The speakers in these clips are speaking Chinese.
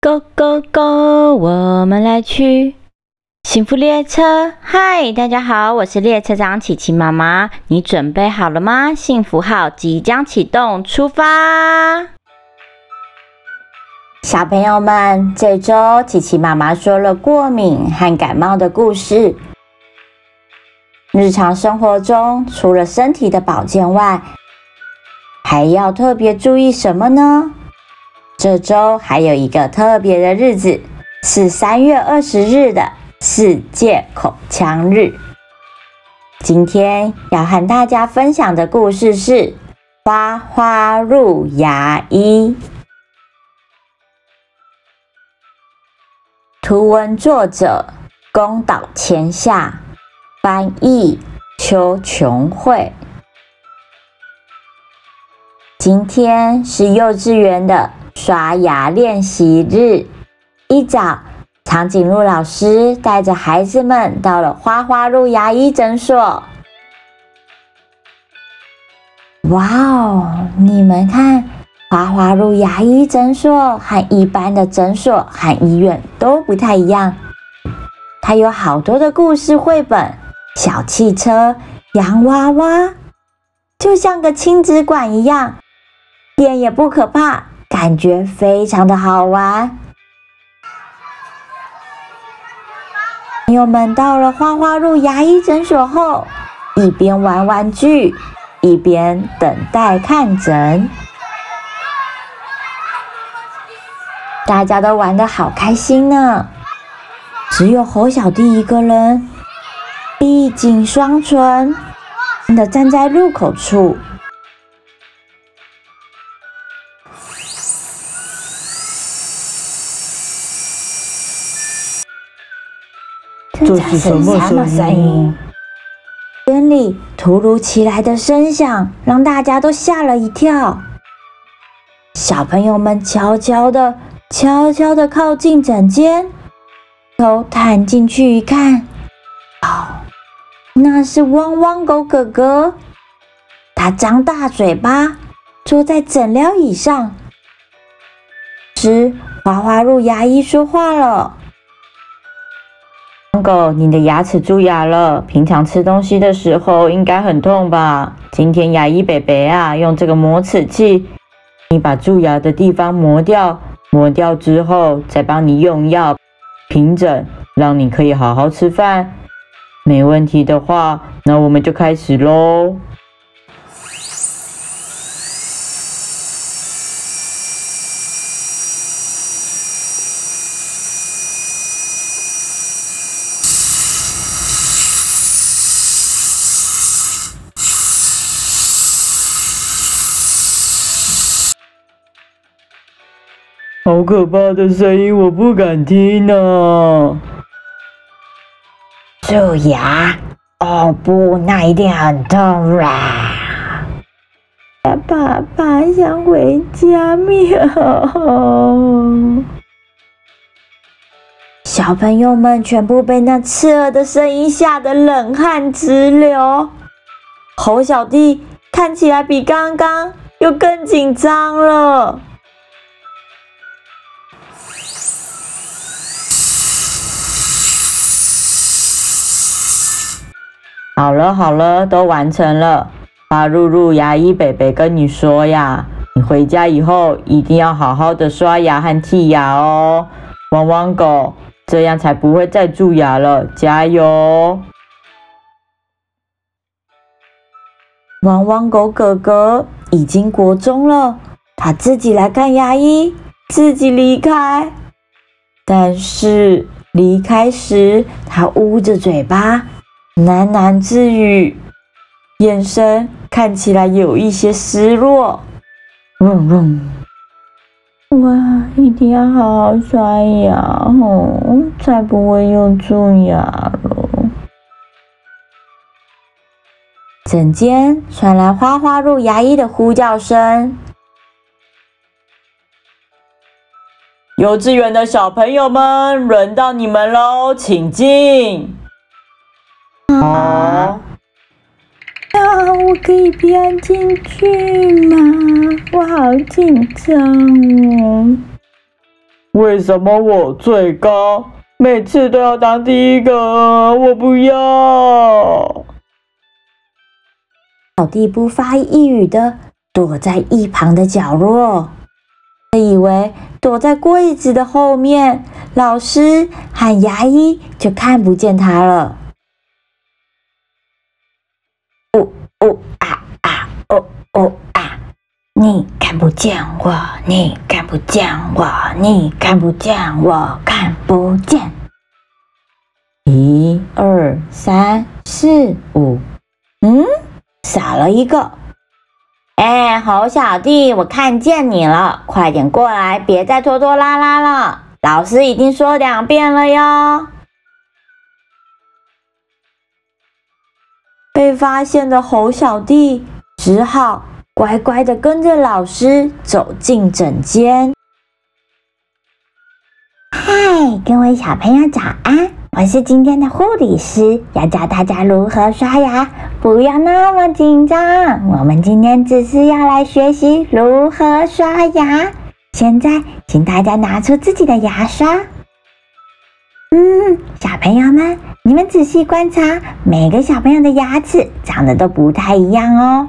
Go go go，我们来去幸福列车。嗨，大家好，我是列车长琪琪妈妈，你准备好了吗？幸福号即将启动，出发！小朋友们，这周琪琪妈妈说了过敏和感冒的故事。日常生活中，除了身体的保健外，还要特别注意什么呢？这周还有一个特别的日子，是3月20日的世界口腔日。今天要和大家分享的故事是花花入牙医。图文作者宫岛千夏，翻译邱琼慧。今天是幼稚园的刷牙练习日，一早，长颈鹿老师带着孩子们到了花花鹿牙医诊所。哇哦，你们看，花花鹿牙医诊所和一般的诊所和医院都不太一样。它有好多的故事绘本、小汽车、洋娃娃，就像个亲子馆一样，一点也不可怕。感觉非常的好玩。朋友们到了花花鹿牙医诊所后，一边玩玩具，一边等待看诊。大家都玩得好开心呢，只有侯小弟一个人闭紧双唇地站在入口处。 这是什么声音？ 间里突如其来的声响让大家都吓了一跳。小朋友们悄悄地靠近诊间，头探进去一看，哦，那是汪汪狗哥哥。他张大嘴巴，坐在诊疗椅上。花花鹿牙医说话了。狗，你的牙齿蛀牙了，平常吃东西的时候应该很痛吧？今天牙医伯伯啊，用这个磨齿器，你把蛀牙的地方磨掉之后，再帮你用药平整，让你可以好好吃饭。没问题的话，那我们就开始咯。好可怕的声音，我不敢听啊！蛀牙？哦不，那一定很痛啦！爸想回家喵！小朋友们全部被那刺耳的声音吓得冷汗直流。侯小弟看起来比刚刚又更紧张了。好了，都完成了。花露露牙医伯伯跟你说呀，你回家以后一定要好好的刷牙和剔牙哦。汪汪狗，这样才不会再蛀牙了，加油！汪汪狗哥哥已经国中了，他自己来看牙医，自己离开。但是离开时，他捂着嘴巴，喃喃自语，眼神看起来有一些失落。我一定要好好刷牙哦，才不会又蛀牙了。诊间传来花花鹿牙医的呼叫声。幼稚园的小朋友们，轮到你们喽，请进。我可以不要进去吗？我好紧张哦。 为什么我最高？每次都要当第一个，我不要！ 小弟不发一语的躲在一旁的角落，以为躲在柜子的后面，老师和牙医就看不见他了。你看不见我，你看不见我，你看不见我，看不见。1、2、3、4、5，少了一个。哎，猴小弟，我看见你了，快点过来，别再拖拖拉拉了。老师已经说2遍了哟。被发现的猴小弟只好乖乖的跟着老师走进诊间。嗨，各位小朋友早安，我是今天的护理师，要教大家如何刷牙，不要那么紧张。我们今天只是要来学习如何刷牙。现在请大家拿出自己的牙刷。小朋友们，你们仔细观察，每个小朋友的牙齿长得都不太一样哦。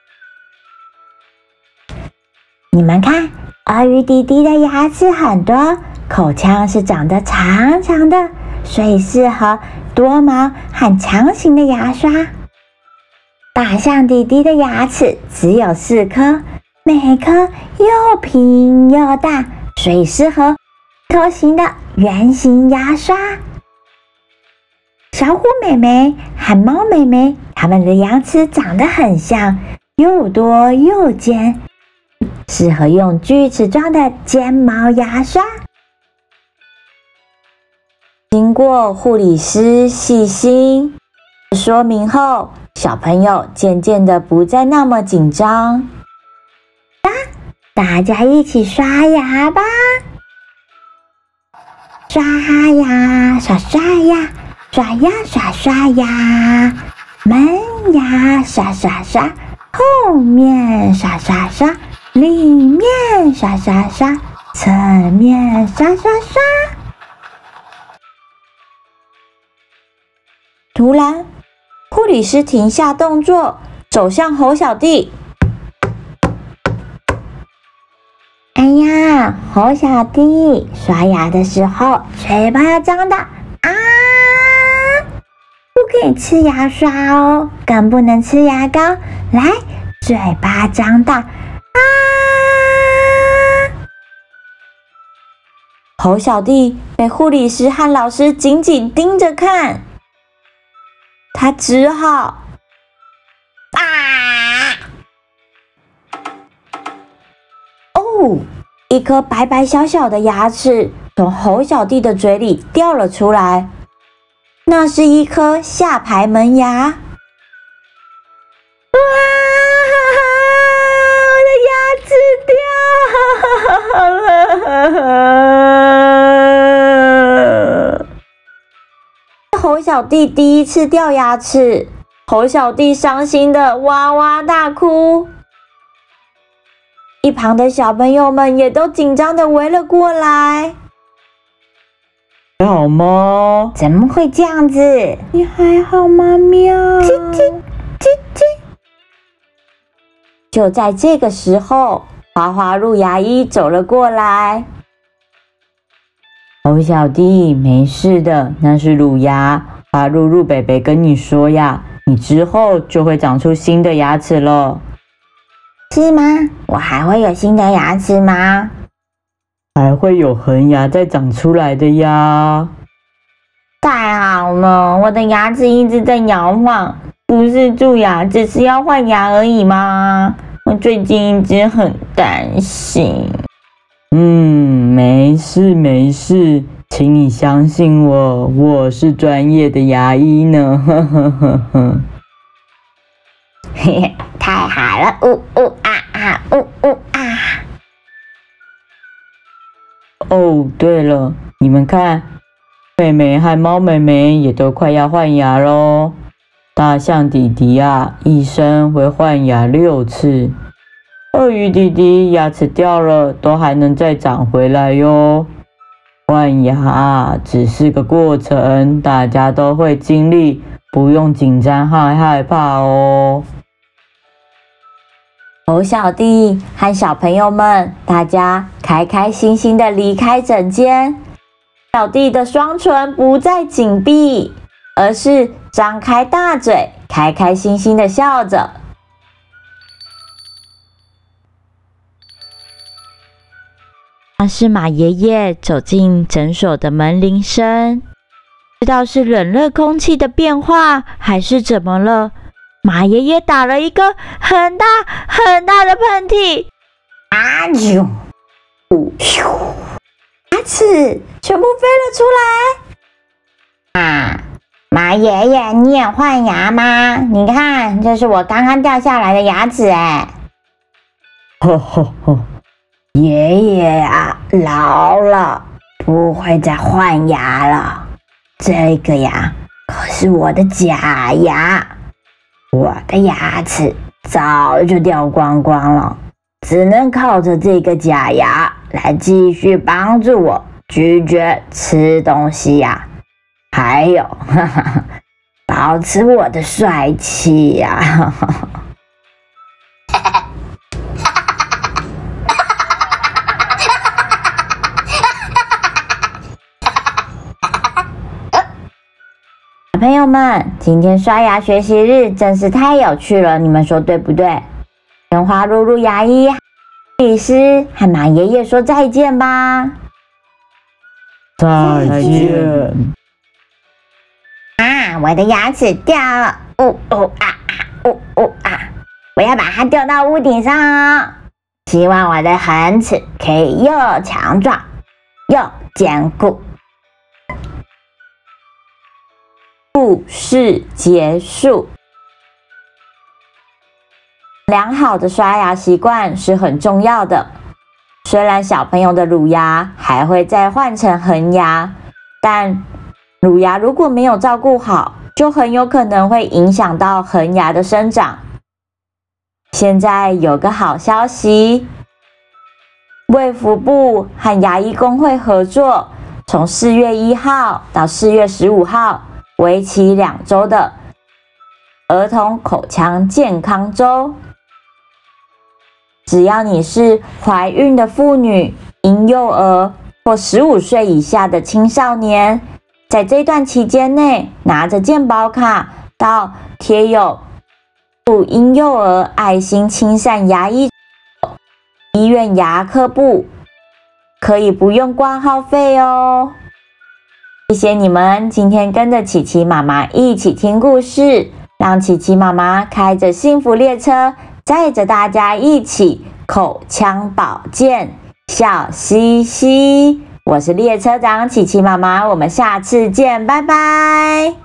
你们看，鳄鱼弟弟的牙齿很多，口腔是长得长长的，所以适合多毛和长形的牙刷。大象弟弟的牙齿只有4颗，每颗又平又大，所以适合头型的圆形牙刷。小虎妹妹和猫妹妹，它们的牙齿长得很像，又多又尖，适合用锯齿状的尖毛牙刷。经过护理师细心说明后，小朋友渐渐的不再那么紧张。大家一起刷牙吧！刷牙，刷刷牙，刷牙刷刷牙，门牙刷刷刷，后面刷刷刷，里面刷刷刷，侧面刷刷刷。突然，护理师停下动作，走向猴小弟。哎呀，猴小弟，刷牙的时候嘴巴要张大啊！不可以吃牙刷哦，更不能吃牙膏。来，嘴巴张大啊！猴小弟被护理师和老师紧紧盯着看，他只好一颗白白小小的牙齿从猴小弟的嘴里掉了出来，那是一颗下排门牙。哇！我的牙齿掉了！猴小弟第一次掉牙齿，猴小弟伤心的哇哇大哭。一旁的小朋友们也都紧张的围了过来。 还好吗？ 怎么会这样子？你还好吗，喵？叽叽叽叽。就在这个时候，花花鹿牙医走了过来。 猴小弟，没事的，那是乳牙。花鹿北北跟你说呀，你之后就会长出新的牙齿了。 是吗？我还会有新的牙齿吗？ 还会有恒牙再长出来的呀！ 太好了，我的牙齿一直在摇晃，不是蛀牙，只是要换牙而已吗？我最近一直很担心。 没事没事，请你相信我，我是专业的牙医呢。呵呵呵呵。 嘿嘿，太好了！ 哦，对了，你们看，妹妹和猫妹妹也都快要换牙咯。大象弟弟啊，一生会换牙6次。鳄鱼弟弟牙齿掉了，都还能再长回来哟。 换牙只是个过程，大家都会经历，不用紧张和害怕哦。 猴小弟和小朋友们，大家开开心心的离开诊间。小弟的双唇不再紧闭，而是张开大嘴，开开心心的笑着。那是马爷爷走进诊所的门铃声，不知道是冷热空气的变化，还是怎么了？马爷爷打了一个很大很大的喷嚏，啊啾！牙齿全部飞了出来。啊，马爷爷，你也换牙吗？你看，这是我刚刚掉下来的牙齿哎。 吼吼吼！ 爷爷呀，老了，不会再换牙了。这个呀，可是我的假牙，我的牙齿早就掉光光了，只能靠着这个假牙来继续帮助我咀嚼吃东西呀，还有，保持我的帅气呀。小朋友们，今天刷牙学习日真是太有趣了，你们说对不对？跟花露露牙医、律师和马爷爷说再见吧。 再见。 啊，我的牙齿掉了，我要把它丢到屋顶上哦。希望我的恒齿可以又强壮又坚固。故事结束。良好的刷牙习惯是很重要的。虽然小朋友的乳牙还会再换成恒牙，但乳牙如果没有照顾好，就很有可能会影响到恒牙的生长。现在有个好消息，卫福部和牙医工会合作，从4月1号到4月15号，为期2周的儿童口腔健康周。只要你是怀孕的妇女、婴幼儿或15岁以下的青少年，在这段期间内拿着健保卡到贴有婴幼儿爱心亲善牙医医院牙科部，可以不用挂号费哦。谢谢你们今天跟着琪琪妈妈一起听故事，让琪琪妈妈开着幸福列车，载着大家一起口腔保健，笑嘻嘻。我是列车长琪琪妈妈，我们下次见，拜拜。